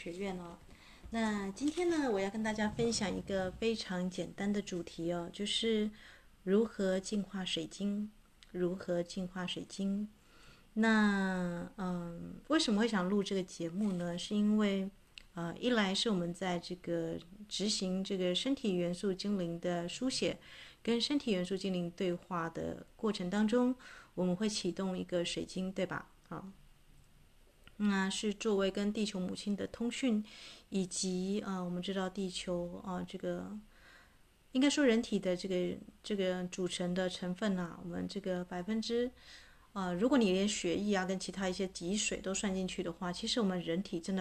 学院哦。那今天呢，我要跟大家分享一个非常简单的主题哦，就是如何净化水晶，如何净化水晶。那为什么会想录这个节目呢？是因为一来是我们在这个执行这个身体元素精灵的书写，跟身体元素精灵对话的过程当中，我们会启动一个水晶，对吧？那是作为跟地球母亲的通讯，以及我们知道地球这个应该说人体的这个组成的成分啊，我们这个如果你连血液跟其他一些脊髓都算进去的话，其实我们人体真的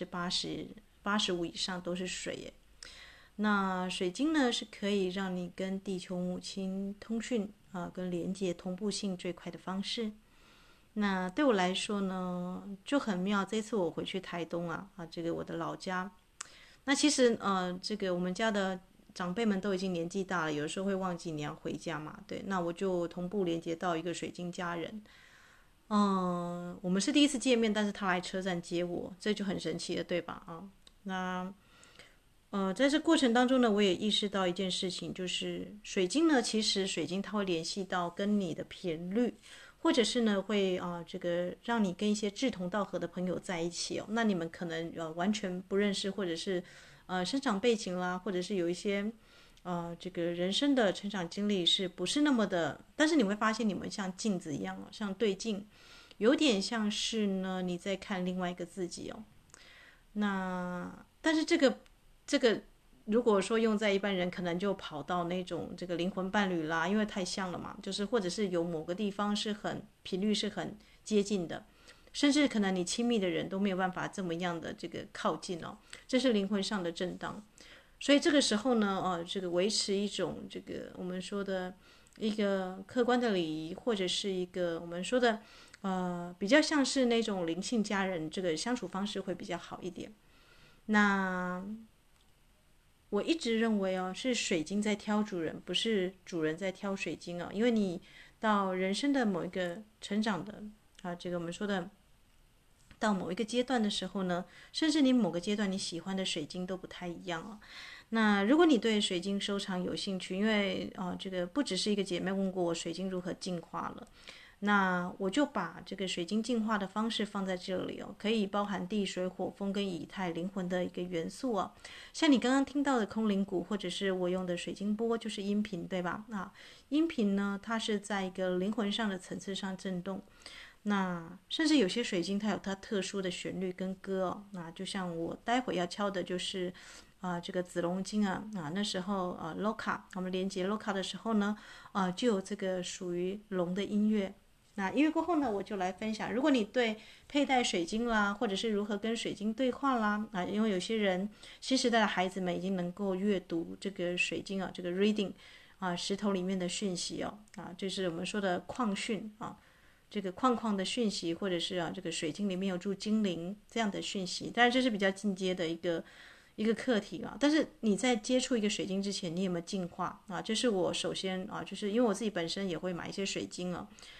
85%以上都是水耶。那水晶呢是可以让你跟地球母亲通讯跟连接同步性最快的方式。那对我来说呢就很妙，这次我回去台东这个我的老家。那其实这个我们家的长辈们都已经年纪大了，有的时候会忘记你要回家嘛，对，那我就同步连接到一个水晶家人。我们是第一次见面，但是他来车站接我，这就很神奇了，对吧？那在这过程当中呢，我也意识到一件事情，就是水晶呢，其实水晶它会联系到跟你的频率，或者是呢会这个让你跟一些志同道合的朋友在一起哦。那你们可能完全不认识，或者是生长背景啦，或者是有一些这个人生的成长经历是不是那么的，但是你会发现你们像镜子一样像对镜，有点像是呢你在看另外一个自己哦。那但是这个如果说用在一般人，可能就跑到那种这个灵魂伴侣啦，因为太像了嘛，就是或者是有某个地方是频率是很接近的，甚至可能你亲密的人都没有办法这么样的这个靠近哦，这是灵魂上的震荡。所以这个时候呢，这个维持一种这个我们说的一个客观的礼仪，或者是一个我们说的比较像是那种灵性家人，这个相处方式会比较好一点。那我一直认为是水晶在挑主人，不是主人在挑水晶因为你到人生的某一个成长的这个我们说的到某一个阶段的时候呢，甚至你某个阶段你喜欢的水晶都不太一样那如果你对水晶收藏有兴趣，因为这个不只是一个姐妹问过我水晶如何净化了，那我就把这个水晶净化的方式放在这里可以包含地水火风跟以太灵魂的一个元素像你刚刚听到的空灵鼓，或者是我用的水晶波，就是音频，对吧？音频呢，它是在一个灵魂上的层次上震动。那甚至有些水晶它有它特殊的旋律跟歌那就像我待会要敲的就是这个紫龙晶那时候Loka 我们连接 Loka 的时候呢就有这个属于龙的音乐。那音乐过后呢，我就来分享。如果你对佩戴水晶啦，或者是如何跟水晶对话啦因为有些人新时代的孩子们已经能够阅读这个水晶这个 reading 石头里面的讯息就是我们说的矿讯这个矿的讯息，或者是这个水晶里面有住精灵这样的讯息，当然这是比较进阶的一个课题但是你在接触一个水晶之前，你有没有净化这是我首先就是因为我自己本身也会买一些水晶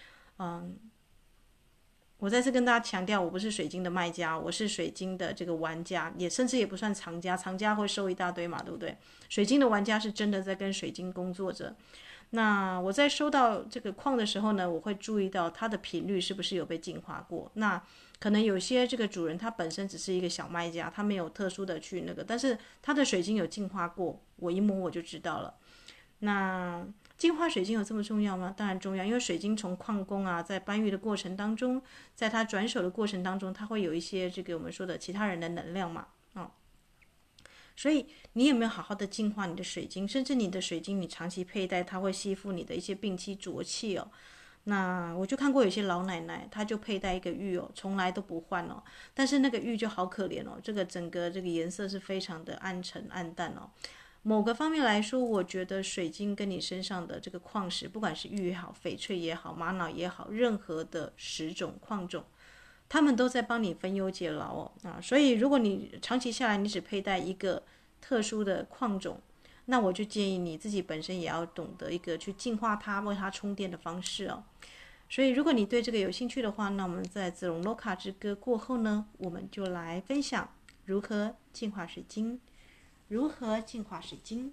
我再次跟大家强调，我不是水晶的卖家，我是水晶的这个玩家，也甚至也不算藏家，藏家会收一大堆嘛，对不对？水晶的玩家是真的在跟水晶工作着。那我在收到这个矿的时候呢，我会注意到它的频率是不是有被净化过。那可能有些这个主人他本身只是一个小卖家，他没有特殊的去那个，但是他的水晶有净化过，我一摸我就知道了。那净化水晶有这么重要吗？当然重要，因为水晶从矿工在搬运的过程当中，在他转手的过程当中，他会有一些这个我们说的其他人的能量嘛所以你有没有好好的净化你的水晶？甚至你的水晶你长期佩戴，它会吸附你的一些病气浊气那我就看过有些老奶奶，她就佩戴一个玉从来都不换但是那个玉就好可怜这个整个这个颜色是非常的暗沉暗淡某个方面来说，我觉得水晶跟你身上的这个矿石，不管是玉也好、翡翠也好、玛瑙也好，任何的10种矿种，他们都在帮你分忧解劳所以如果你长期下来你只佩戴一个特殊的矿种，那我就建议你自己本身也要懂得一个去净化它、为它充电的方式所以如果你对这个有兴趣的话，那我们在紫龙洛卡之歌过后呢，我们就来分享如何净化水晶？如何净化水晶？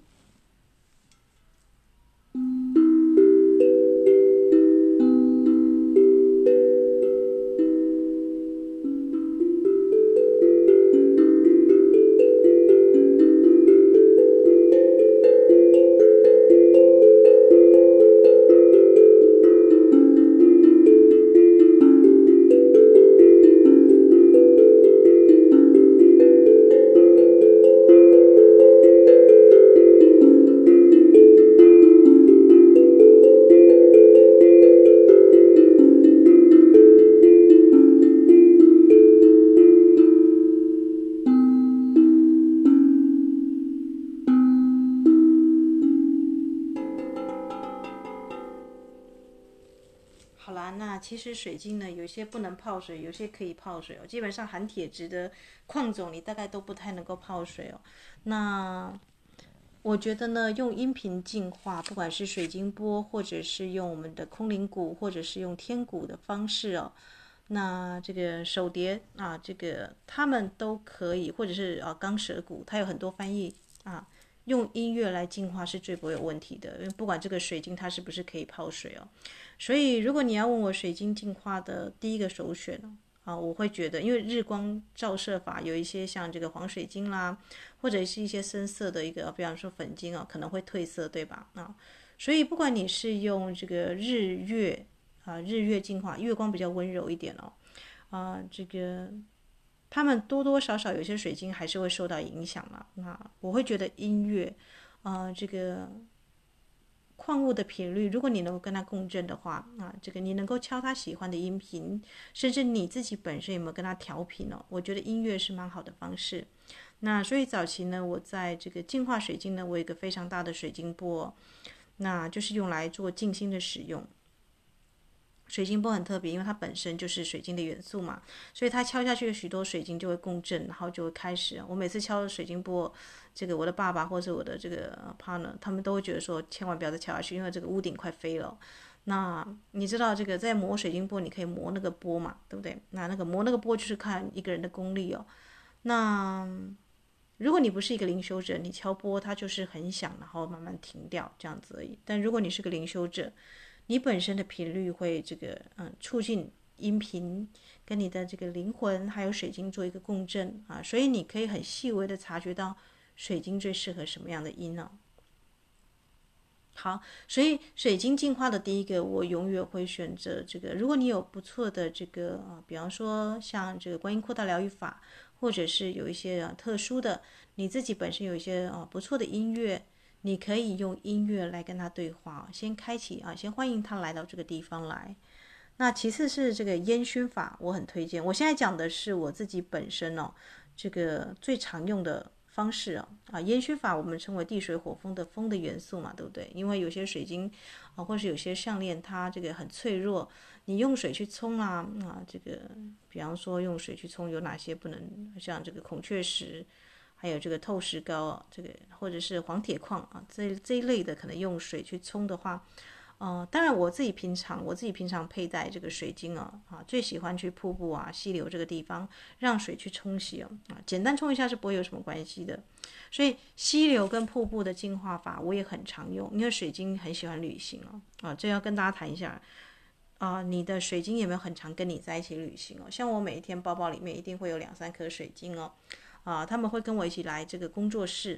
好啦，那其实水晶呢，有些不能泡水，有些可以泡水哦。基本上含铁质的矿种，你大概都不太能够泡水哦。那我觉得呢，用音频净化，不管是水晶波，或者是用我们的空灵鼓，或者是用天鼓的方式哦，那这个手碟啊，这个他们都可以，或者是钢舌鼓，它有很多翻译啊。用音乐来净化是最不会有问题的，因为不管这个水晶它是不是可以泡水哦。所以如果你要问我水晶净化的第一个首选我会觉得，因为日光照射法有一些像这个黄水晶啦，或者是一些深色的一个，比方说粉晶可能会褪色，对吧？所以不管你是用这个日月净化，月光比较温柔一点这个他们多多少少有些水晶还是会受到影响嘛。那我会觉得音乐这个矿物的频率，如果你能够跟它共振的话这个你能够敲它喜欢的音频，甚至你自己本身有没有跟它调频我觉得音乐是蛮好的方式。那所以早期呢，我在这个净化水晶呢，我有一个非常大的水晶波，那就是用来做静心的使用。水晶波很特别，因为它本身就是水晶的元素嘛，所以它敲下去的许多水晶就会共振，然后就会开始。我每次敲水晶波，这个我的爸爸或者我的这个 partner， 他们都会觉得说千万不要再敲下去，因为这个屋顶快飞了。那你知道这个在磨水晶波，你可以磨那个波嘛，对不对？那个磨那个波就是看一个人的功力那如果你不是一个灵修者，你敲波它就是很响，然后慢慢停掉这样子而已。但如果你是个灵修者，你本身的频率会这个促进音频跟你的这个灵魂还有水晶做一个共振所以你可以很细微的察觉到水晶最适合什么样的音好，所以水晶净化的第一个，我永远会选择这个。如果你有不错的这个比方说像这个观音扩大疗愈法，或者是有一些特殊的，你自己本身有一些不错的音乐。你可以用音乐来跟他对话，先开启先欢迎他来到这个地方来。那其次是这个烟熏法，我很推荐。我现在讲的是我自己本身这个最常用的方式烟熏法我们称为地水火风的风的元素嘛，对不对？因为有些水晶或是有些项链它这个很脆弱，你用水去冲这个比方说用水去冲有哪些不能，像这个孔雀石。还有这个透石膏这个或者是黄铁矿这一类的，可能用水去冲的话，当然我自己平常佩戴这个水晶最喜欢去瀑布溪流这个地方，让水去冲洗简单冲一下是不会有什么关系的。所以溪流跟瀑布的净化法我也很常用，因为水晶很喜欢旅行这要跟大家谈一下。你的水晶有没有很常跟你在一起旅行像我每一天包包里面一定会有2-3颗水晶他们会跟我一起来这个工作室。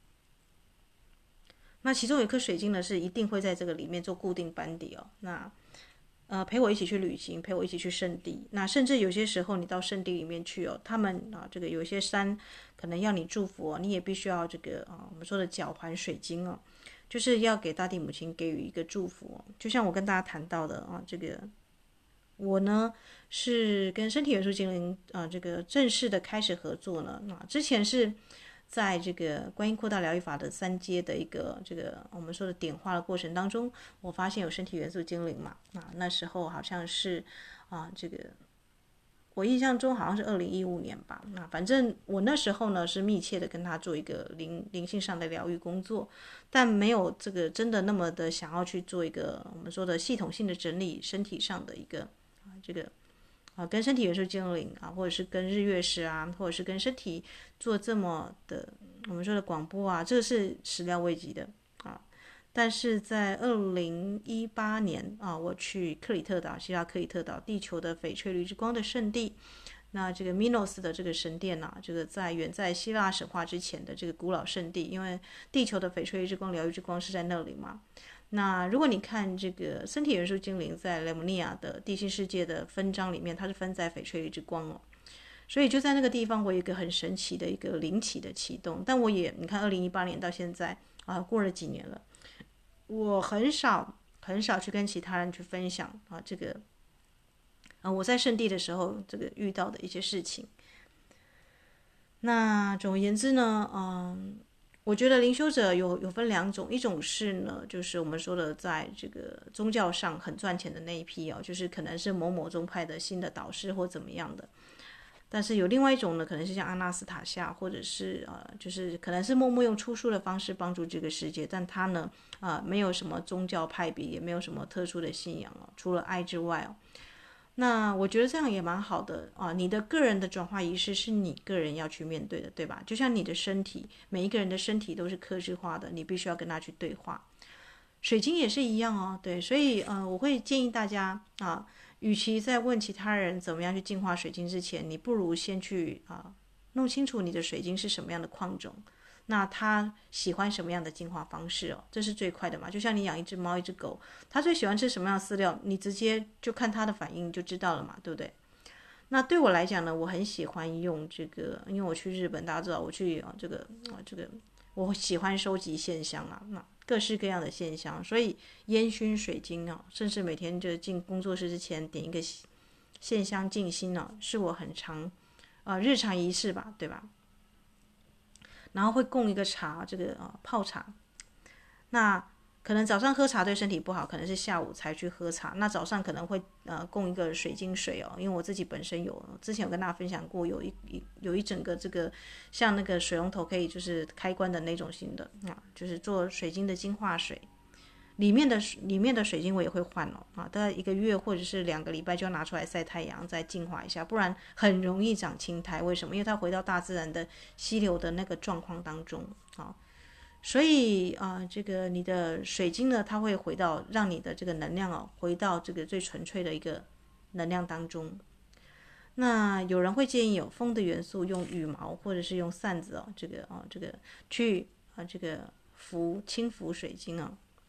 那其中有一颗水晶呢，是一定会在这个里面做固定班底那陪我一起去旅行，陪我一起去圣地。那甚至有些时候你到圣地里面去他们这个有些山可能要你祝福你也必须要这个我们说的脚环水晶就是要给大地母亲给予一个祝福就像我跟大家谈到的这个。我呢是跟身体元素精灵这个正式的开始合作呢之前是在这个观音扩大疗愈法的3阶的一个这个我们说的点化的过程当中，我发现有身体元素精灵嘛那时候好像是这个我印象中好像是2015年吧反正我那时候呢是密切的跟他做一个灵性上的疗愈工作，但没有这个真的那么的想要去做一个我们说的系统性的整理身体上的一个这个跟身体元素精灵啊，或者是跟日月食啊，或者是跟身体做这么的我们说的广播啊，这个是始料未及的啊。但是在2018年啊，我去克里特岛，希腊克里特岛，地球的翡翠绿之光的圣地。那这个米诺斯的这个神殿啊，这个远在希腊神话之前的这个古老圣地，因为地球的翡翠之光、疗愈之光是在那里嘛。那如果你看这个身体元素精灵在雷姆尼亚的地心世界的分章里面，它是分在翡翠之光哦。所以就在那个地方，我有一个很神奇的一个灵启的启动。但我也你看，2018年到现在啊，过了几年了，我很少去跟其他人去分享啊这个。我在圣地的时候，这个遇到的一些事情。那总而言之呢，我觉得灵修者有分两种，一种是呢，就是我们说的在这个宗教上很赚钱的那一批哦，就是可能是某某宗派的新的导师或怎么样的。但是有另外一种呢，可能是像阿纳斯塔夏，或者是就是可能是默默用出书的方式帮助这个世界，但他呢，没有什么宗教派别，也没有什么特殊的信仰哦，除了爱之外哦。那我觉得这样也蛮好的啊！你的个人的转化仪式是你个人要去面对的，对吧？就像你的身体，每一个人的身体都是客制化的，你必须要跟他去对话。水晶也是一样哦，对，所以我会建议大家啊，与其在问其他人怎么样去净化水晶之前，你不如先去弄清楚你的水晶是什么样的矿种。那他喜欢什么样的进化方式哦？这是最快的嘛。就像你养一只猫一只狗，它最喜欢吃什么样的饲料，你直接就看它的反应就知道了嘛，对不对？那对我来讲呢，我很喜欢用这个，因为我去日本，大家知道我去这个我喜欢收集线香啊，那各式各样的线香，所以烟熏水晶啊，甚至每天就进工作室之前点一个线香静心呢，是我很日常仪式吧，对吧？然后会供一个茶，这个泡茶。那可能早上喝茶对身体不好，可能是下午才去喝茶。那早上可能会供一个水晶水哦，因为我自己本身之前有跟大家分享过，有一整个这个像那个水龙头可以就是开关的那种型的就是做水晶的净化水。里面的水晶我也会换大概1个月或者是2个礼拜就要拿出来晒太阳，再净化一下，不然很容易长青苔。为什么？因为它回到大自然的溪流的那个状况当中所以这个你的水晶呢，它会回到让你的这个能量回到这个最纯粹的一个能量当中。那有人会建议有风的元素，用羽毛或者是用扇子这个去这个轻抚水晶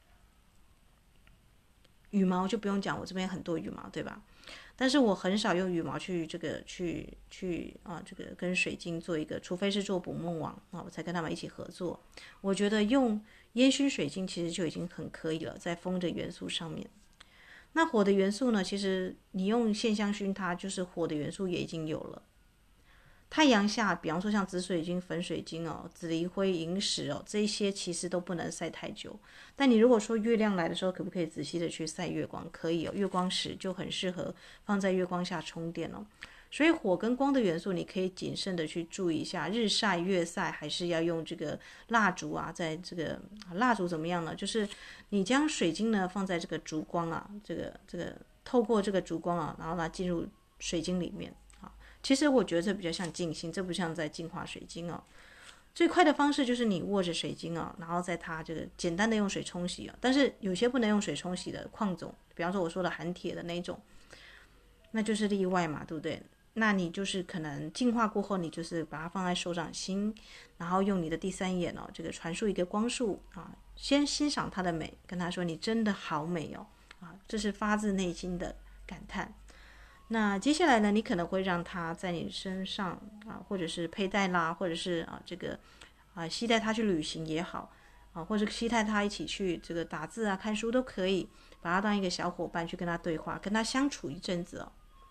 羽毛就不用讲，我这边很多羽毛，对吧？但是我很少用羽毛去这个跟水晶做一个，除非是做捕梦网我才跟他们一起合作。我觉得用烟熏水晶其实就已经很可以了，在风的元素上面。那火的元素呢？其实你用线香熏它，就是火的元素也已经有了。太阳下，比方说像紫水晶、粉水晶紫锂灰、萤石这一些其实都不能晒太久。但你如果说月亮来的时候，可不可以仔细的去晒月光？可以月光石就很适合放在月光下充电所以火跟光的元素，你可以谨慎的去注意一下，日晒、月晒，还是要用这个蜡烛在这个蜡烛怎么样呢？就是你将水晶呢放在这个烛光这个透过这个烛光然后它进入水晶里面其实我觉得这比较像静心，这不像在净化水晶最快的方式就是你握着水晶然后在它这个简单的用水冲洗但是有些不能用水冲洗的矿种，比方说我说的含铁的那种，那就是例外嘛，对不对？那你就是可能净化过后，你就是把它放在手掌心，然后用你的第三眼这个传输一个光束先欣赏它的美，跟他说你真的好美这是发自内心的感叹。那接下来呢，你可能会让它在你身上或者是佩戴啦，或者是这个携带它去旅行也好或者携带它一起去这个打字看书都可以，把它当一个小伙伴去跟他对话，跟他相处一阵子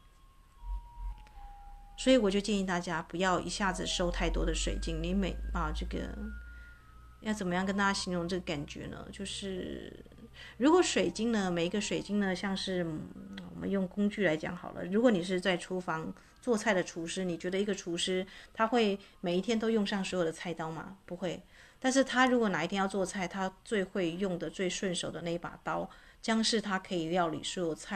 所以我就建议大家不要一下子收太多的水晶，你这个要怎么样跟大家形容这个感觉呢？就是如果水晶呢，每一个水晶呢，像是我们用工具来讲好了，如果你是在厨房做菜的厨师，你觉得一个厨师他会每一天都用上所有的菜刀吗？不会。但是他如果哪一天要做菜，他最会用的最顺手的那一把刀，将是他可以料理所有菜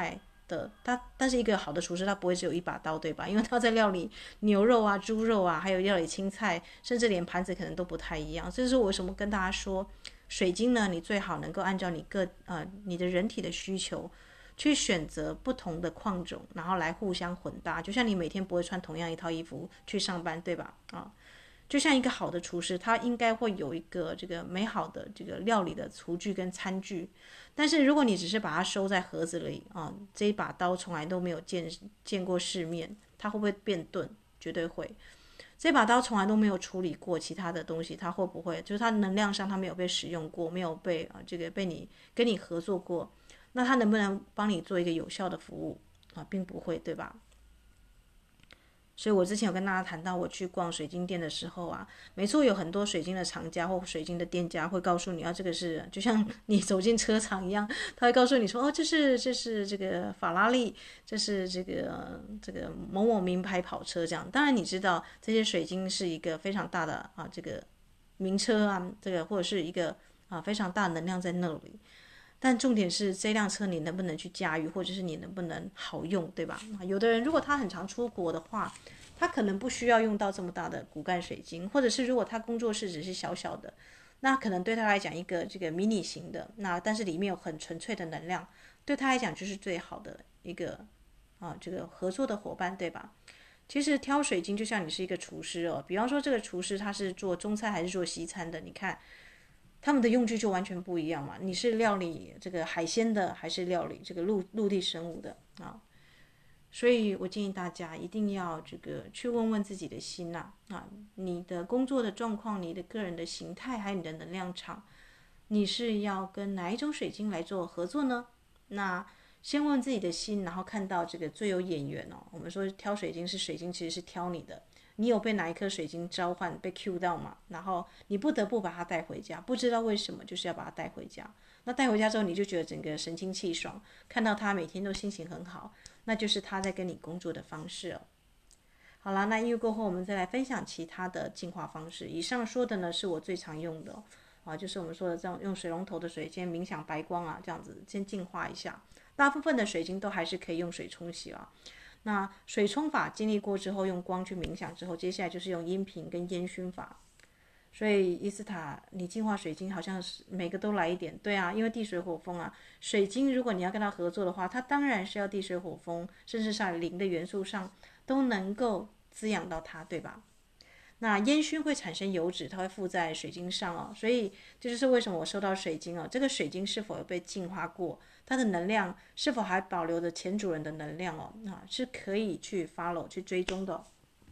但是一个好的厨师他不会只有一把刀，对吧？因为他在料理牛肉啊、猪肉啊，还有料理青菜，甚至连盘子可能都不太一样。这是我为什么跟大家说，水晶呢，你最好能够按照你的人体的需求去选择不同的矿种，然后来互相混搭。就像你每天不会穿同样一套衣服去上班，对吧？就像一个好的厨师，他应该会有一个这个美好的这个料理的厨具跟餐具。但是如果你只是把它收在盒子里这一把刀从来都没有见过世面，它会不会变钝？绝对会。这把刀从来都没有处理过其他的东西，它会不会就是它能量上它没有被使用过，没有被跟你合作过，那它能不能帮你做一个有效的服务并不会，对吧？所以我之前有跟大家谈到，我去逛水晶店的时候没错，有很多水晶的厂家或水晶的店家会告诉你这个是就像你走进车厂一样，他会告诉你说这是这个法拉利，这是这个某某名牌跑车这样。当然你知道这些水晶是一个非常大的这个名车这个或者是一个非常大的能量在那里。但重点是这辆车你能不能去驾驭，或者是你能不能好用，对吧？有的人如果他很常出国的话，他可能不需要用到这么大的骨干水晶，或者是如果他工作室只是小小的，那可能对他来讲一个这个迷你型的，但是里面有很纯粹的能量，对他来讲就是最好的一个这个合作的伙伴，对吧？其实挑水晶就像你是一个厨师比方说这个厨师他是做中餐还是做西餐的，你看他们的用具就完全不一样嘛。你是料理这个海鲜的，还是料理这个陆地生物的所以我建议大家一定要这个去问问自己的心你的工作的状况，你的个人的形态，还有你的能量场，你是要跟哪一种水晶来做合作呢？那先问自己的心，然后看到这个最有眼缘我们说挑水晶是水晶其实是挑你的，你有被哪一颗水晶召唤被 Q 到嘛？然后你不得不把它带回家，不知道为什么就是要把它带回家。那带回家之后你就觉得整个神清气爽，看到它每天都心情很好，那就是他在跟你工作的方式好了，那音乐过后我们再来分享其他的净化方式。以上说的呢是我最常用的就是我们说的这样用水龙头的水先冥想白光这样子先净化一下。大部分的水晶都还是可以用水冲洗那水冲法经历过之后，用光去冥想之后，接下来就是用音频跟烟熏法。所以伊斯塔，你净化水晶好像是每个都来一点，对因为地水火风水晶如果你要跟它合作的话，它当然是要地水火风，甚至在灵的元素上都能够滋养到它，对吧？那烟熏会产生油脂，它会附在水晶上所以这就是为什么我收到水晶这个水晶是否有被净化过，它的能量是否还保留着前主人的能量是可以去 follow 去追踪的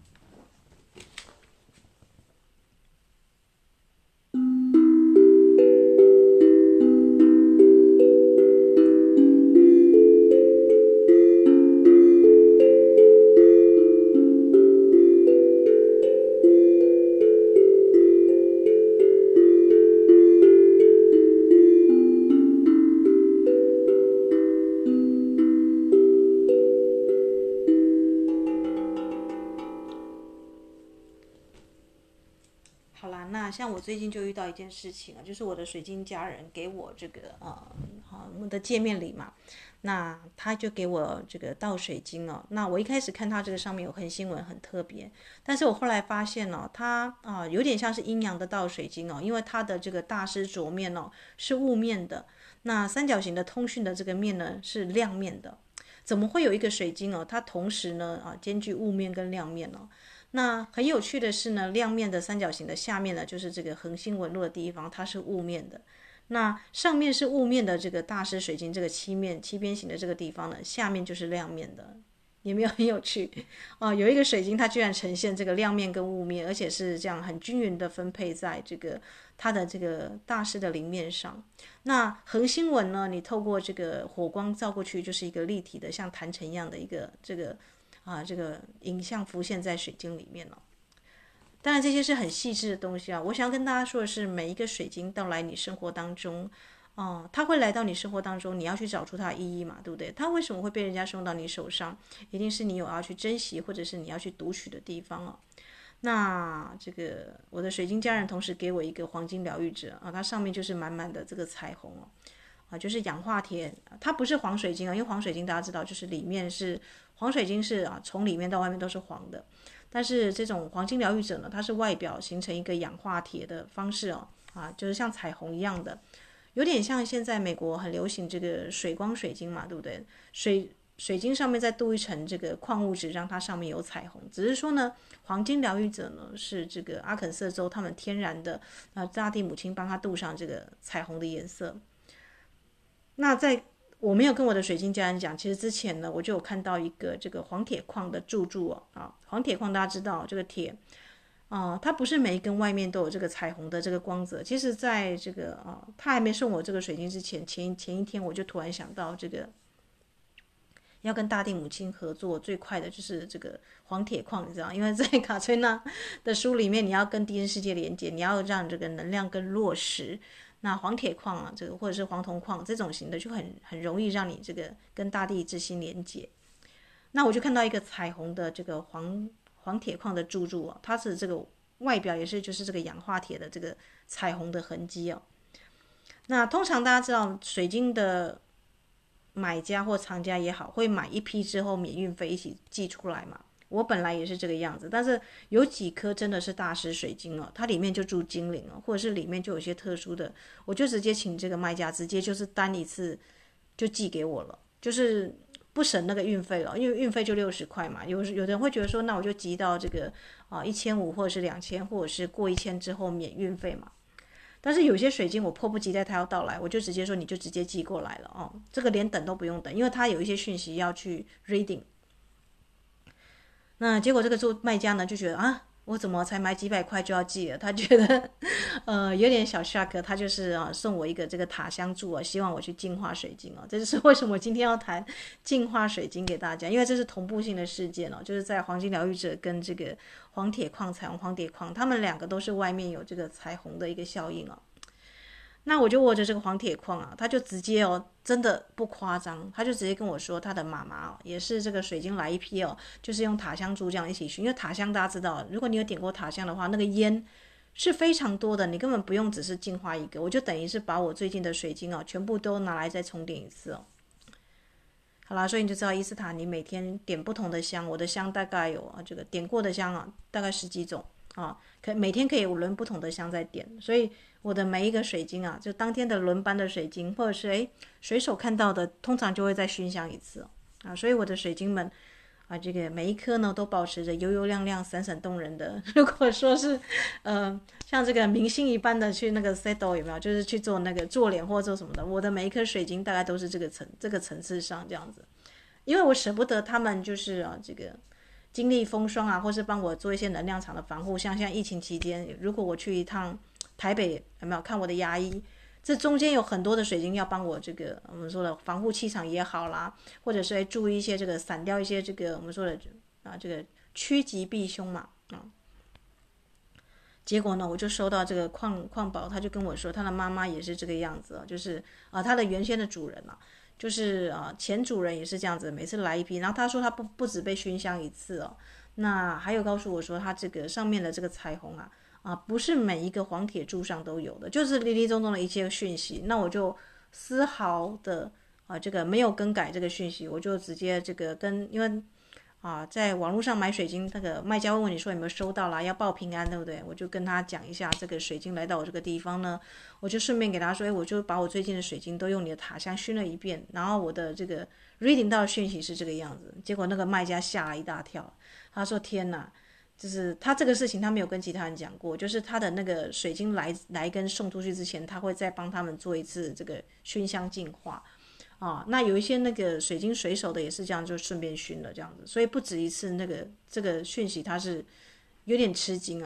像我最近就遇到一件事情就是我的水晶家人给我这个我们的见面礼嘛，那他就给我这个倒水晶那我一开始看他这个上面有横心纹很特别，但是我后来发现它有点像是阴阳的倒水晶因为它的这个大师桌面是雾面的，那三角形的通讯的这个面呢是亮面的。怎么会有一个水晶它同时呢兼具雾面跟亮面那很有趣的是呢，亮面的三角形的下面呢，就是这个恒星纹路的地方，它是雾面的。那上面是雾面的这个大师水晶，这个七边形的这个地方呢，下面就是亮面的，有没有很有趣有一个水晶它居然呈现这个亮面跟雾面，而且是这样很均匀的分配在这个它的这个大师的鳞面上。那恒星纹呢，你透过这个火光照过去，就是一个立体的像坛城一样的一个这个影像浮现在水晶里面当然这些是很细致的东西我想要跟大家说的是，每一个水晶到来你生活当中它会来到你生活当中，你要去找出它的意义嘛，对不对？它为什么会被人家送到你手上，一定是你有要去珍惜或者是你要去读取的地方那这个我的水晶家人同时给我一个黄金疗愈者它上面就是满满的这个彩虹就是氧化铁，它不是黄水晶啊，因为黄水晶大家知道就是里面是黄水晶是从里面到外面都是黄的，但是这种黄金疗愈者呢，它是外表形成一个氧化铁的方式就是像彩虹一样的，有点像现在美国很流行这个水光水晶嘛，对不对？水晶上面再镀一层这个矿物质，让它上面有彩虹。只是说呢，黄金疗愈者呢是这个阿肯色州他们天然的大地母亲帮他镀上这个彩虹的颜色。那我没有跟我的水晶家人讲，其实之前呢，我就有看到一个这个黄铁矿的注黄铁矿大家知道这个铁它不是每一根外面都有这个彩虹的这个光泽。其实在这个他还没送我这个水晶之前，前一天我就突然想到这个要跟大地母亲合作，最快的就是这个黄铁矿，你知道，因为在卡崔娜的书里面，你要跟第一世界连接，你要让这个能量更落实。那黄铁矿这个或者是黄铜矿这种型的，就很容易让你这个跟大地之心连接。那我就看到一个彩虹的这个黄铁矿的注注它是这个外表也是就是这个氧化铁的这个彩虹的痕迹那通常大家知道水晶的买家或藏家也好，会买一批之后免运费一起寄出来嘛。我本来也是这个样子，但是有几颗真的是大师水晶它里面就住精灵或者是里面就有些特殊的，我就直接请这个卖家直接就是单一次就寄给我了，就是不省那个运费了，因为运费就60块嘛。有的人会觉得说，那我就集到这个1500或者是2000，或者是过1000之后免运费嘛。但是有些水晶我迫不及待它要到来，我就直接说你就直接寄过来了这个连等都不用等，因为它有一些讯息要去 reading。那结果这个做卖家呢就觉得我怎么才买几百块就要寄了？他觉得有点小 shock， 他就是送我一个这个塔香柱希望我去净化水晶这就是为什么我今天要谈净化水晶给大家，因为这是同步性的事件就是在黄金疗愈者跟这个黄铁矿彩虹黄铁矿，他们两个都是外面有这个彩虹的一个效应那我就握着这个黄铁矿他就直接真的不夸张，他就直接跟我说他的妈妈也是这个水晶来一批就是用塔香珠这样一起熏。因为塔香大家知道，如果你有点过塔香的话，那个烟是非常多的，你根本不用只是净化一个，我就等于是把我最近的水晶全部都拿来再充电一次好啦，所以你就知道伊斯塔你每天点不同的香，我的香大概有这个点过的香大概10几种每天可以轮不同的香在点，所以我的每一个水晶就当天的轮班的水晶，或者是随手看到的，通常就会再熏香一次所以我的水晶们这个每一颗呢都保持着油油亮亮、闪闪动人的。如果说是像这个明星一般的去那个 settle 有没有，就是去做那个做脸或做什么的，我的每一颗水晶大概都是这个层次上这样子，因为我舍不得他们就是这个经历风霜或是帮我做一些能量场的防护。像疫情期间，如果我去一趟台北有没有看我的牙医，这中间有很多的水晶要帮我这个我们说的防护气场也好啦，或者是注意一些这个散掉一些这个我们说的这个趋吉避凶嘛结果呢，我就收到这个矿宝，他就跟我说他的妈妈也是这个样子就是他的原先的主人就是前主人也是这样子，每次来一批，然后他说他不止被熏香一次那还有告诉我说他这个上面的这个彩虹不是每一个黄铁柱上都有的，就是林林总总的一些讯息。那我就丝毫的这个没有更改这个讯息，我就直接这个因为在网络上买水晶，那个卖家会问你说有没有收到啦，要报平安，对不对？我就跟他讲一下这个水晶来到我这个地方呢，我就顺便给他说我就把我最近的水晶都用你的塔香熏了一遍，然后我的这个 reading 到的讯息是这个样子。结果那个卖家吓了一大跳，他说天哪，就是他这个事情他没有跟其他人讲过，就是他的那个水晶来跟送出去之前，他会再帮他们做一次这个熏香净化那有一些那个水晶水手的也是这样，就顺便熏了这样子，所以不止一次这个讯息他是有点吃惊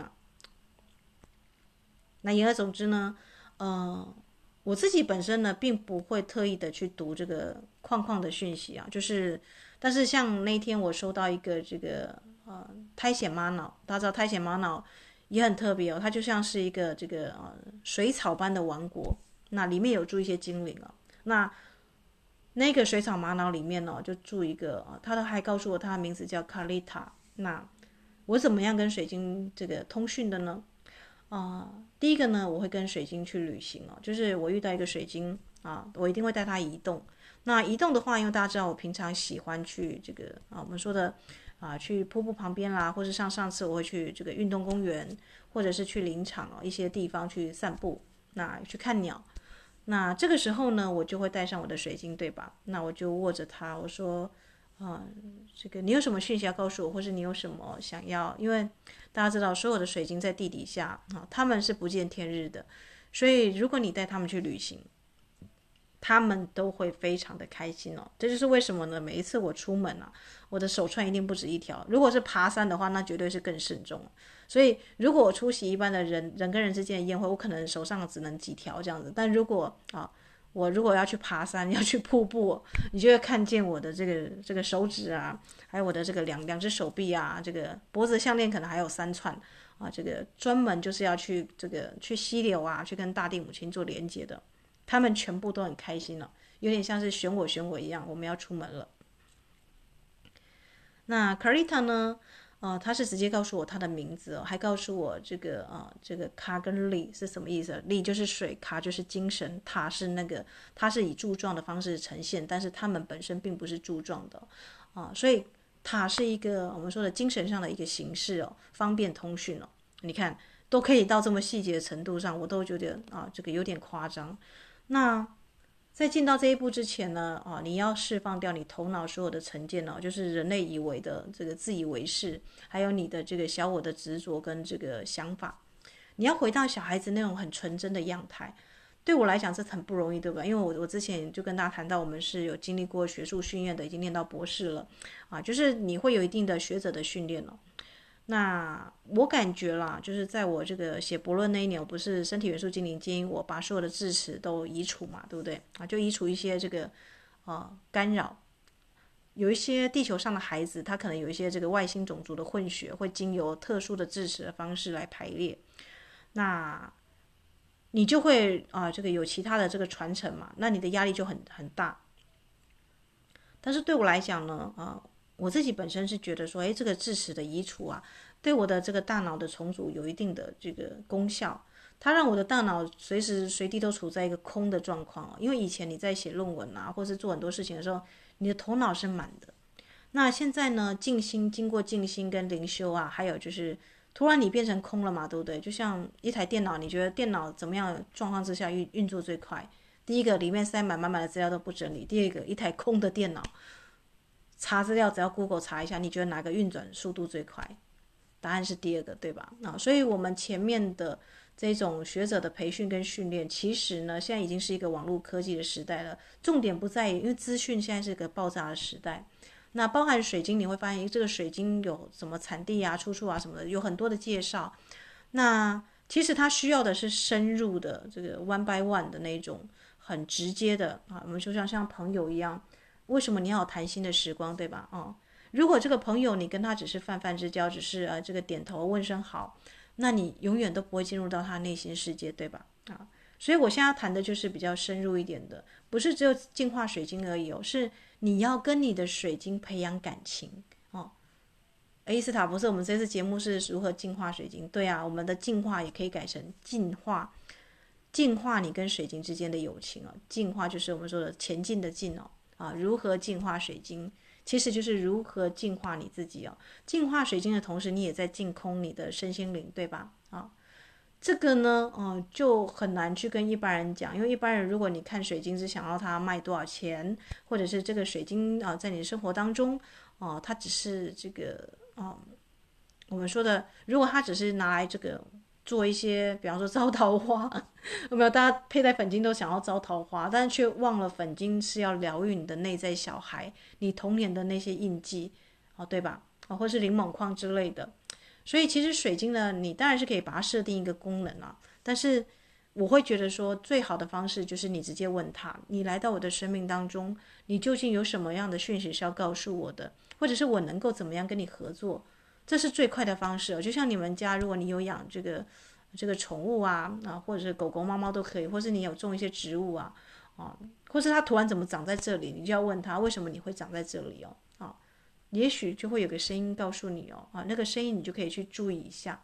那言而总之呢我自己本身呢并不会特意的去读这个矿的讯息就是但是像那天我收到一个这个苔藓玛瑙，大家知道苔藓玛瑙也很特别它就像是一个这个水草般的王国，那里面有住一些精灵那个水草玛瑙里面就住一个他还告诉我他的名字叫卡丽塔。那我怎么样跟水晶这个通讯的呢第一个呢，我会跟水晶去旅行哦，就是我遇到一个水晶我一定会带它移动。那移动的话，因为大家知道我平常喜欢去这个我们说的去瀑布旁边啦，或是像上次我会去这个运动公园，或者是去林场一些地方去散步，那去看鸟。那这个时候呢，我就会带上我的水晶，对吧？那我就握着它，我说这个你有什么讯息要告诉我，或是你有什么想要？因为大家知道，所有的水晶在地底下他们是不见天日的，所以如果你带他们去旅行，他们都会非常的开心哦。这就是为什么呢？每一次我出门我的手串一定不止一条。如果是爬山的话，那绝对是更慎重。所以如果我出席一般的人跟人之间的宴会，我可能手上只能几条这样子。但如果我如果要去爬山，要去瀑布，你就会看见我的这个手指还有我的这个两只手臂这个脖子项链可能还有3串这个专门就是要去这个去溪流去跟大地母亲做连接的。他们全部都很开心了，有点像是选我一样，我们要出门了。那 Carita 呢？他是直接告诉我他的名字还告诉我这个卡跟力是什么意思？力就是水，卡就是精神，塔是它是以柱状的方式呈现，但是它们本身并不是柱状的所以塔是一个我们说的精神上的一个形式方便通讯你看都可以到这么细节的程度上，我都觉得这个有点夸张。那在进到这一步之前呢你要释放掉你头脑所有的成见就是人类以为的这个自以为是，还有你的这个小我的执着跟这个想法，你要回到小孩子那种很纯真的样态。对我来讲这很不容易，对吧？因为我之前就跟大家谈到，我们是有经历过学术训练的，已经念到博士了就是你会有一定的学者的训练那我感觉啦，就是在我这个写博论那一年，我不是身体元素精灵基因，我把所有的智齿都移除嘛，对不对就移除一些这个干扰。有一些地球上的孩子，他可能有一些这个外星种族的混血，会经由特殊的智齿的方式来排列，那你就会这个有其他的这个传承嘛，那你的压力就很大。但是对我来讲呢我自己本身是觉得说这个智齿的移除对我的这个大脑的重组有一定的这个功效。它让我的大脑随时随地都处在一个空的状况因为以前你在写论文或是做很多事情的时候，你的头脑是满的。那现在呢，经过静心跟灵修还有就是突然你变成空了嘛，对不对？就像一台电脑，你觉得电脑怎么样状况之下运作最快？第一个，里面塞满的资料都不整理；第二个，一台空的电脑，查资料只要 Google 查一下，你觉得哪个运转速度最快？答案是第二个，对吧？所以我们前面的这种学者的培训跟训练，其实呢，现在已经是一个网络科技的时代了。重点不在于，因为资讯现在是个爆炸的时代。那包含水晶，你会发现这个水晶有什么产地出处什么的，有很多的介绍。那其实它需要的是深入的这个 one by one 的那种很直接的我们就像朋友一样。为什么你要有谈心的时光，对吧？如果这个朋友你跟他只是泛泛之交，只是这个点头问声好，那你永远都不会进入到他内心世界，对吧？所以我现在谈的就是比较深入一点的，不是只有净化水晶而已是你要跟你的水晶培养感情伊斯塔博士，我们这次节目是如何净化水晶？对我们的净化也可以改成净化，净化你跟水晶之间的友情净化就是我们说的前进的进如何净化水晶，其实就是如何净化你自己净化水晶的同时，你也在净空你的身心灵，对吧？这个呢就很难去跟一般人讲，因为一般人如果你看水晶是想要它卖多少钱，或者是这个水晶在你的生活当中它只是这个我们说的，如果它只是拿来这个做一些比方说招桃花有没有？大家佩戴粉晶都想要招桃花，但是却忘了粉晶是要疗愈你的内在小孩，你童年的那些印记对吧或是灵锰矿之类的。所以其实水晶呢，你当然是可以把它设定一个功能但是我会觉得说最好的方式就是你直接问他，你来到我的生命当中，你究竟有什么样的讯息是要告诉我的，或者是我能够怎么样跟你合作，这是最快的方式就像你们家如果你有养这个宠物或者是狗狗猫猫都可以，或是你有种一些植物或是它突然怎么长在这里，你就要问他为什么你会长在这里也许就会有个声音告诉你那个声音你就可以去注意一下，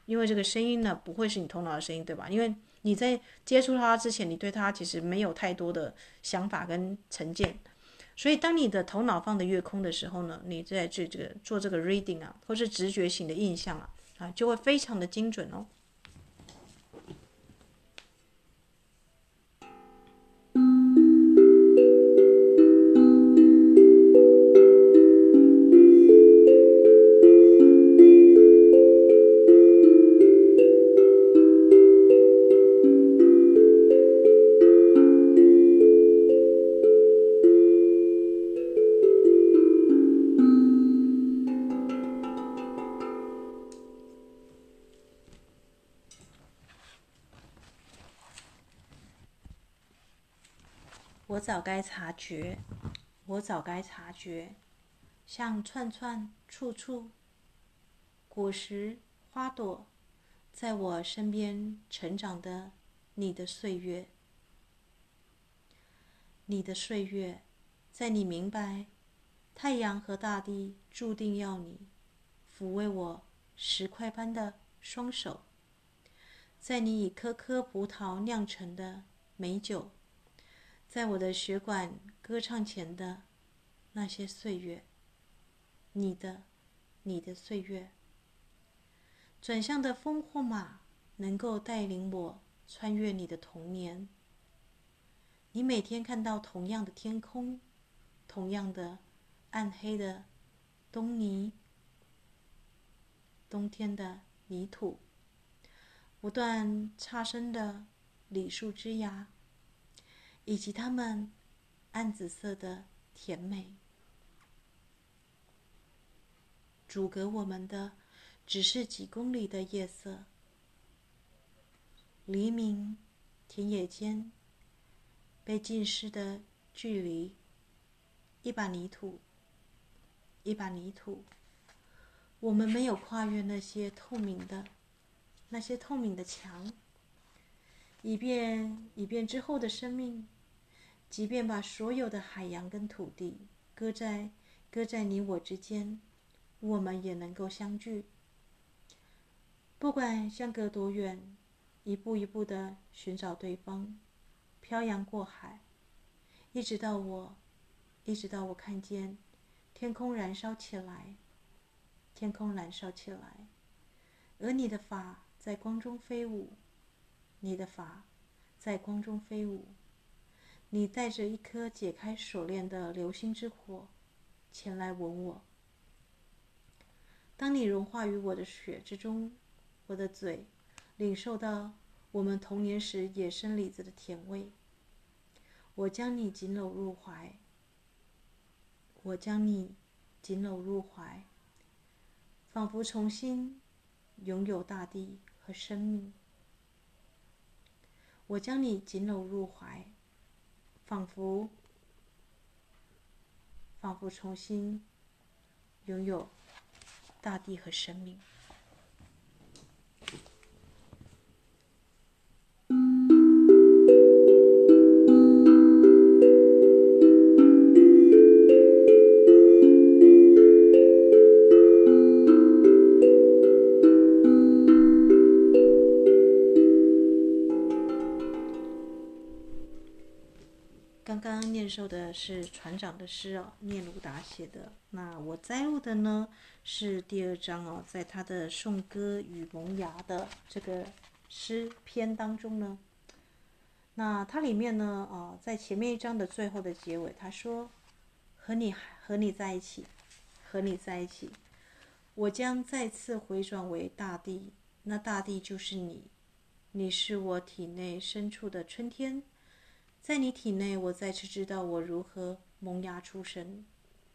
因为这个声音呢不会是你头脑的声音，对吧？因为你在接触它之前，你对它其实没有太多的想法跟成见，所以当你的头脑放得越空的时候呢，你在这个做这个 reading 啊，或是直觉型的印象啊，就会非常的精准哦。我早该察觉，我早该察觉，像串串、处处、果实、花朵，在我身边成长的你的岁月，你的岁月，在你明白太阳和大地注定要你抚慰我石块般的双手，在你以颗颗葡萄酿成的美酒，在我的血管歌唱前的那些岁月，你的岁月，转向的风或马能够带领我穿越你的童年。你每天看到同样的天空，同样的暗黑的冬天的泥土，不断插生的李树枝芽，以及它们暗紫色的甜美。阻隔我们的只是几公里的夜色。黎明，田野间被浸湿的距离，一把泥土，一把泥土。我们没有跨越那些透明的墙，以便之后的生命，即便把所有的海洋跟土地搁在你我之间，我们也能够相聚。不管相隔多远，一步一步地寻找对方，漂洋过海，一直到我看见天空燃烧起来，而你的发在光中飞舞，你带着一颗解开锁链的流星之火前来吻我。当你融化于我的血之中，我的嘴领受到我们童年时野生李子的甜味。我将你紧搂入怀，仿佛重新拥有大地和生命。我将你紧搂入怀，仿佛重新拥有大地和生命。刚刚念授的是船长的诗哦，聂鲁达写的。那我摘录的呢是第2章哦，在他的《颂歌与萌芽》的这个诗篇当中呢，那它里面呢在前面1章的最后的结尾，他说：和你在一起，我将再次回转为大地，那大地就是你，你是我体内深处的春天。在你体内，我再次知道我如何萌芽出生。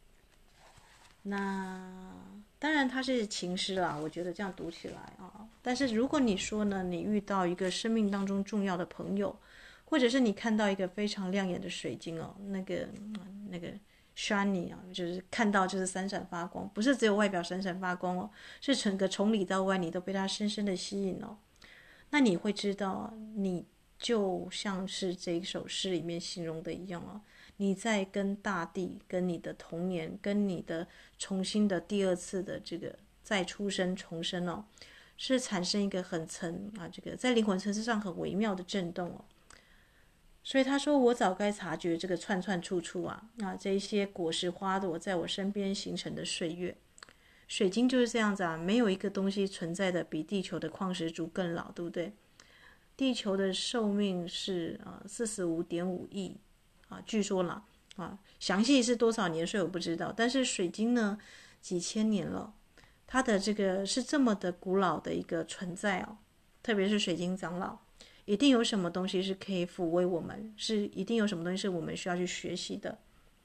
那当然它是情诗啦，我觉得这样读起来啊。但是如果你说呢，你遇到一个生命当中重要的朋友，或者是你看到一个非常亮眼的水晶哦，那个 shiny 啊，就是看到就是闪闪发光，不是只有外表闪闪发光哦，是整个从里到外你都被它深深的吸引哦。那你会知道，你就像是这一首诗里面形容的一样哦，你在跟大地、跟你的童年、跟你的重新的第2次的这个再出生重生哦， 是产生一个很层这个在灵魂层次上很微妙的震动哦。所以他说，我早该察觉这个串串处处这一些果实花朵在我身边形成的岁月。水晶就是这样子没有一个东西存在的比地球的矿石族更老，对不对？地球的寿命是45.5亿据说啦详细是多少年岁我不知道，但是水晶呢几千年了，它的这个是这么的古老的一个存在特别是水晶长老，一定有什么东西是可以抚慰我们，是一定有什么东西是我们需要去学习的。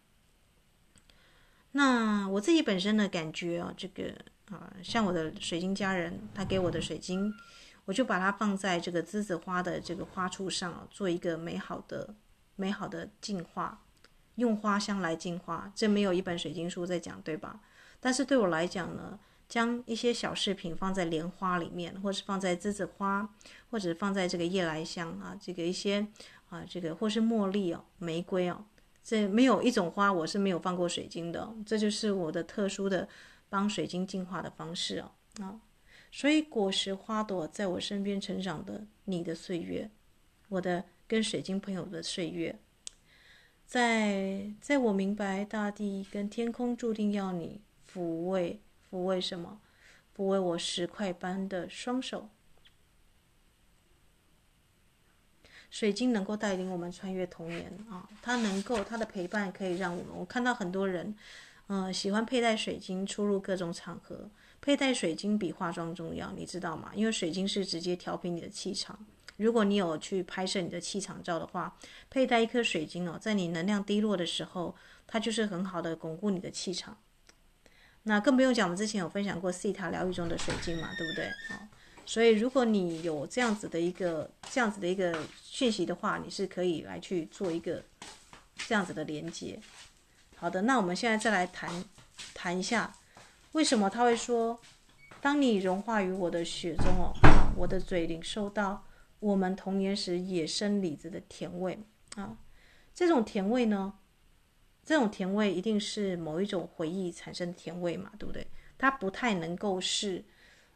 那我自己本身的感觉这个像我的水晶家人他给我的水晶，我就把它放在这个栀子花的这个花簇上做一个美好的净化，用花香来净化。这没有一本水晶书在讲，对吧？但是对我来讲呢，将一些小饰品放在莲花里面，或是放在栀子花，或者放在这个夜来香这个一些这个或是茉莉玫瑰这没有一种花我是没有放过水晶的这就是我的特殊的帮水晶净化的方式所以果实花朵在我身边成长的你的岁月，我的跟水晶朋友的岁月，在我明白大地跟天空注定要你抚慰什么？抚慰我石块般的双手。水晶能够带领我们穿越童年它的陪伴可以让我看到很多人喜欢佩戴水晶出入各种场合。佩戴水晶比化妆重要，你知道吗？因为水晶是直接调频你的气场。如果你有去拍摄你的气场照的话，佩戴一颗水晶在你能量低落的时候，它就是很好的巩固你的气场。那更不用讲，我们之前有分享过西塔疗愈中的水晶嘛，对不对所以如果你有这样子的一个讯息的话，你是可以来去做一个这样子的连接。好的，那我们现在再来谈一下，为什么他会说，当你融化于我的血中我的嘴领受到我们童年时野生李子的甜味这种甜味呢，这种甜味一定是某一种回忆产生的甜味嘛，对不对？它不太能够是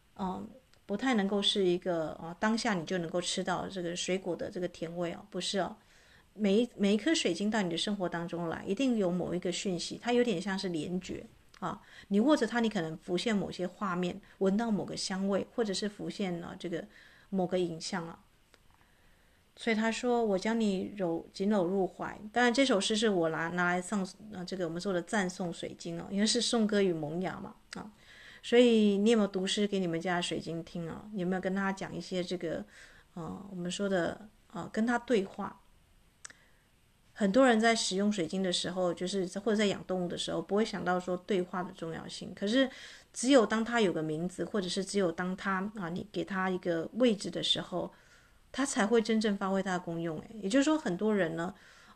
一个当下你就能够吃到这个水果的这个甜味不是每一颗水晶到你的生活当中来，一定有某一个讯息，它有点像是联觉你握着它，你可能浮现某些画面，闻到某个香味，或者是浮现这个某个影像所以他说，我将你紧搂入怀。当然这首诗是我拿来这个我们说的赞颂水晶因为是颂歌与萌芽嘛所以你有没有读诗给你们家的水晶听你有没有跟他讲一些这个我们说的跟他对话？很多人在使用水晶的时候，就是或者在养动物的时候，不会想到说对话的重要性。可是只有当他有个名字，或者是只有当他你给他一个位置的时候，他才会真正发挥他的功用。也就是说，很多人呢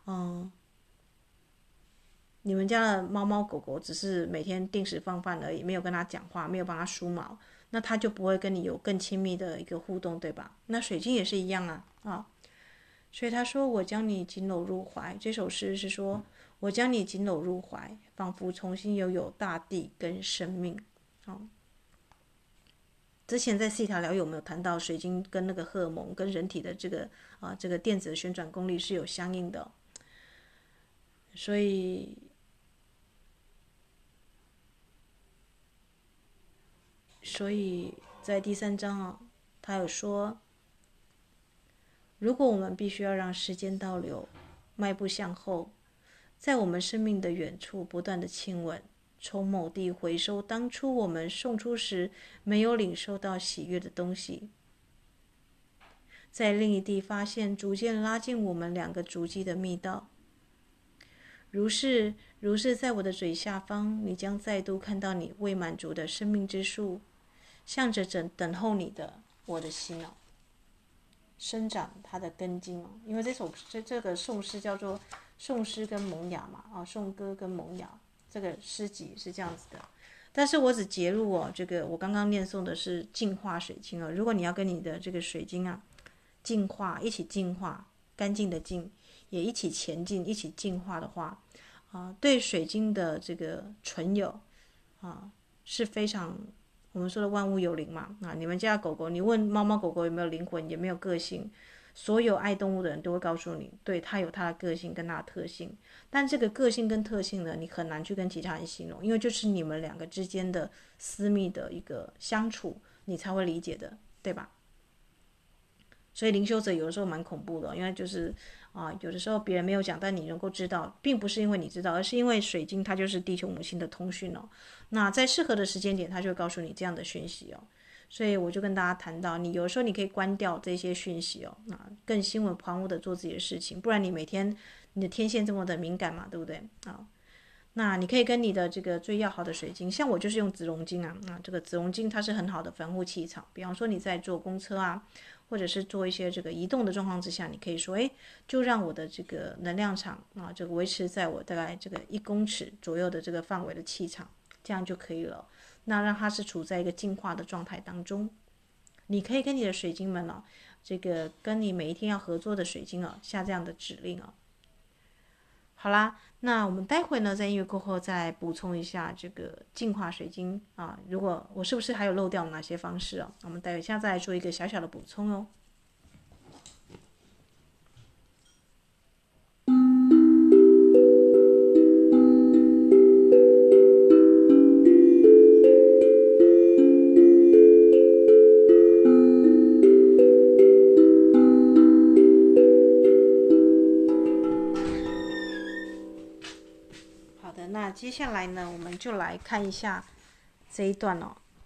你们家的猫猫狗狗只是每天定时放饭而已，没有跟他讲话，没有帮他梳毛，那他就不会跟你有更亲密的一个互动，对吧？那水晶也是一样所以他说，我将你紧搂入怀。这首诗是说，我将你紧搂入怀，仿佛重新拥有大地跟生命之前在西塔疗有没有谈到水晶跟那个荷尔蒙跟人体的这个电子的旋转功率是有相应的所以在第3章他有说，如果我们必须要让时间倒流，迈步向后，在我们生命的远处不断的亲吻，从某地回收当初我们送出时没有领受到喜悦的东西，在另一地发现逐渐拉近我们2个足迹的密道。如是在我的嘴下方，你将再度看到你未满足的生命之树，向着等候你的我的心生长它的根茎因为这个颂诗叫做颂诗跟萌芽嘛颂歌跟萌芽，这个诗集是这样子的。但是我只截录这个我刚刚念诵的是净化水晶如果你要跟你的这个水晶净化，一起净化，干净的净，也一起前进，一起净化的话对水晶的这个存有是非常我们说的万物有灵嘛，你们家的狗狗，你问猫猫狗狗有没有灵魂，也没有个性，所有爱动物的人都会告诉你，对，它有它的个性跟它的特性，但这个个性跟特性呢，你很难去跟其他人形容，因为就是你们两个之间的私密的一个相处，你才会理解的，对吧？所以灵修者有的时候蛮恐怖的，因为就是有的时候别人没有讲，但你能够知道，并不是因为你知道，而是因为水晶它就是地球母亲的通讯哦。那在适合的时间点，它就会告诉你这样的讯息哦。所以我就跟大家谈到，你有的时候你可以关掉这些讯息哦，更心无旁骛的做自己的事情，不然你每天你的天线这么的敏感嘛，对不对啊？那你可以跟你的这个最要好的水晶，像我就是用紫龙晶这个紫龙晶它是很好的防护气场，比方说你在坐公车或者是做一些这个移动的状况之下，你可以说，就让我的这个能量场这个维持在我大概这个1公尺左右的这个范围的气场，这样就可以了。那让它是处在一个净化的状态当中。你可以跟你的水晶们这个跟你每一天要合作的水晶下这样的指令好啦，那我们待会呢，在音乐过后再补充一下这个净化水晶如果我是不是还有漏掉哪些方式我们待会现在再来做一个小小的补充哦。那接下来呢，我们就来看一下这一段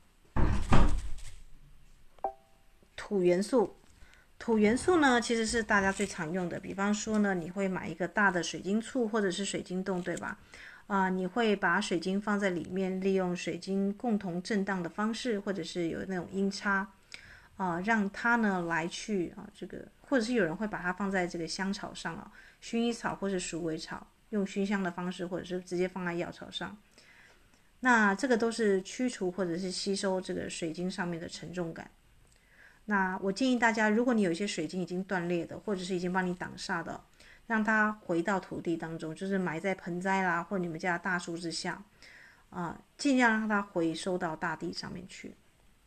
土元素。土元素呢，其实是大家最常用的。比方说呢，你会买一个大的水晶簇或者是水晶洞，对吧？你会把水晶放在里面，利用水晶共同震荡的方式，或者是有那种音叉让它呢来去这个，或者是有人会把它放在这个香草上薰衣草或是鼠尾草。用熏香的方式，或者是直接放在药草上，那这个都是驱除或者是吸收这个水晶上面的沉重感。那我建议大家，如果你有一些水晶已经断裂的，或者是已经帮你挡煞的，让它回到土地当中，就是埋在盆栽啦，或你们家的大树之下尽量让它回收到大地上面去。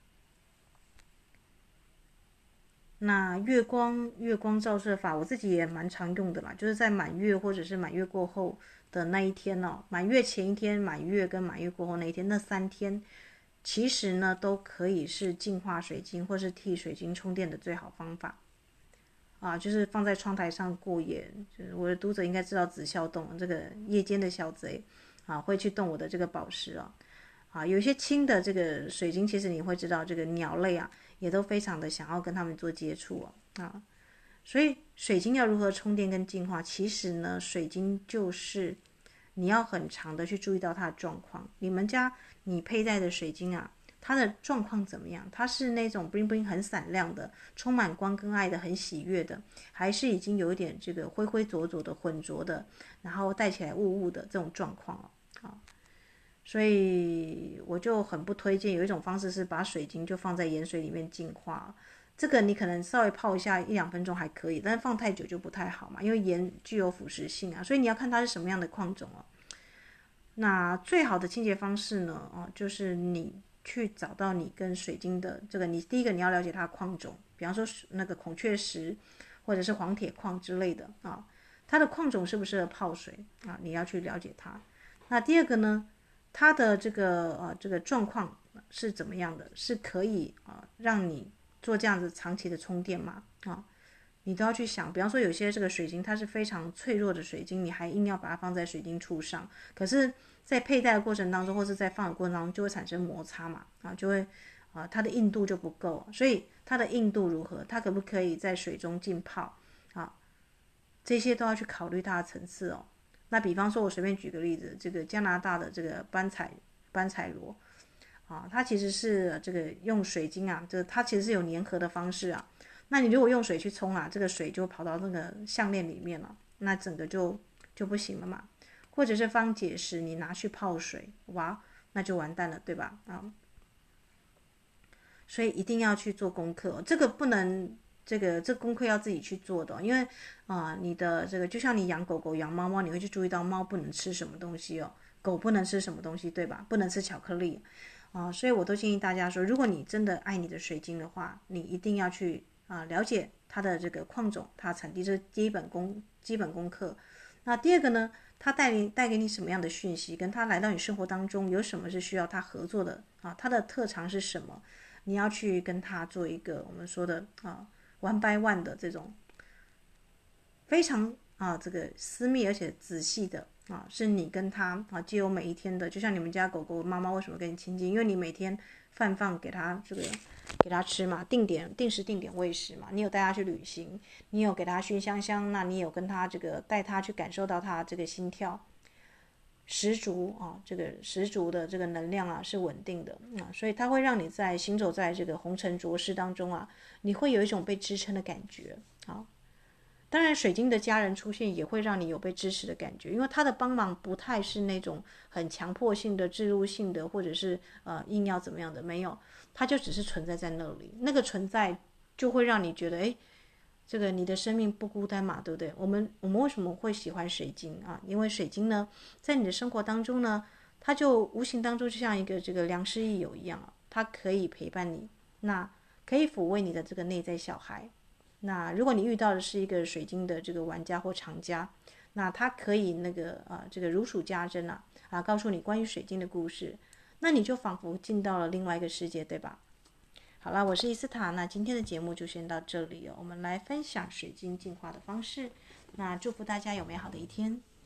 那月光照射法，我自己也蛮常用的啦，就是在满月或者是满月过后的那一天满月前一天、满月跟满月过后那一天，那3天，其实呢都可以是净化水晶或是替水晶充电的最好方法就是放在窗台上过夜。就是我的读者应该知道紫啸洞这个夜间的小贼会去动我的这个宝石有一些轻的这个水晶，其实你会知道这个鸟类也都非常的想要跟他们做接触所以水晶要如何充电跟净化，其实呢，水晶就是你要很长的去注意到它的状况。你们家你佩戴的水晶它的状况怎么样？它是那种 bling bling 很闪亮的，充满光跟爱的，很喜悦的，还是已经有一点这个灰灰浊浊的混浊的，然后戴起来雾雾的这种状况所以我就很不推荐。有一种方式是把水晶就放在盐水里面净化，这个你可能稍微泡一下1-2分钟还可以，但是放太久就不太好嘛，因为盐具有腐蚀性所以你要看它是什么样的矿种那最好的清洁方式呢就是你去找到你跟水晶的这个，你第一个你要了解它的矿种，比方说那个孔雀石或者是黄铁矿之类的它的矿种适不适合泡水你要去了解它。那第二个呢，它的这个状况是怎么样的，是可以让你做这样子长期的充电吗你都要去想。比方说有些这个水晶它是非常脆弱的水晶，你还硬要把它放在水晶簇上，可是在佩戴的过程当中或是在放的过程当中就会产生摩擦嘛就会它的硬度就不够，所以它的硬度如何，它可不可以在水中浸泡这些都要去考虑它的层次那比方说我随便举个例子，这个加拿大的这个斑彩螺它其实是这个用水晶它其实是有粘合的方式那你如果用水去冲这个水就跑到那个项链里面了，那整个就不行了嘛。或者是方解石你拿去泡水，哇，那就完蛋了，对吧所以一定要去做功课这个不能这功课要自己去做的因为你的这个就像你养狗狗养猫猫，你会去注意到猫不能吃什么东西狗不能吃什么东西，对吧？不能吃巧克力所以我都建议大家说，如果你真的爱你的水晶的话，你一定要去了解它的这个矿种，它产地，这基本功课。那第二个呢，它带给你什么样的讯息，跟它来到你生活当中有什么是需要它合作的它的特长是什么，你要去跟它做一个我们说的one by one 的这种非常这个私密而且仔细的是你跟他藉由每一天的，就像你们家狗狗妈妈为什么跟你亲近，因为你每天饭放给它给它吃嘛，定时定点喂食嘛，你有带它去旅行，你有给它熏香香，那你有跟它这个带它去感受到它这个心跳十足这个十足的这个能量是稳定的所以它会让你在行走在这个红尘浊世当中你会有一种被支撑的感觉当然水晶的家人出现也会让你有被支持的感觉，因为他的帮忙不太是那种很强迫性的、置入性的，或者是硬要怎么样的，没有，他就只是存在在那里，那个存在就会让你觉得这个你的生命不孤单嘛，对不对？我们为什么会喜欢水晶因为水晶呢，在你的生活当中呢，它就无形当中就像一个这个良师益友一样它可以陪伴你，那可以抚慰你的这个内在小孩。那如果你遇到的是一个水晶的这个玩家或藏家，那他可以这个如数家珍告诉你关于水晶的故事，那你就仿佛进到了另外一个世界，对吧？好了，我是伊斯塔，那今天的节目就先到这里我们来分享水晶净化的方式，那祝福大家有美好的一天。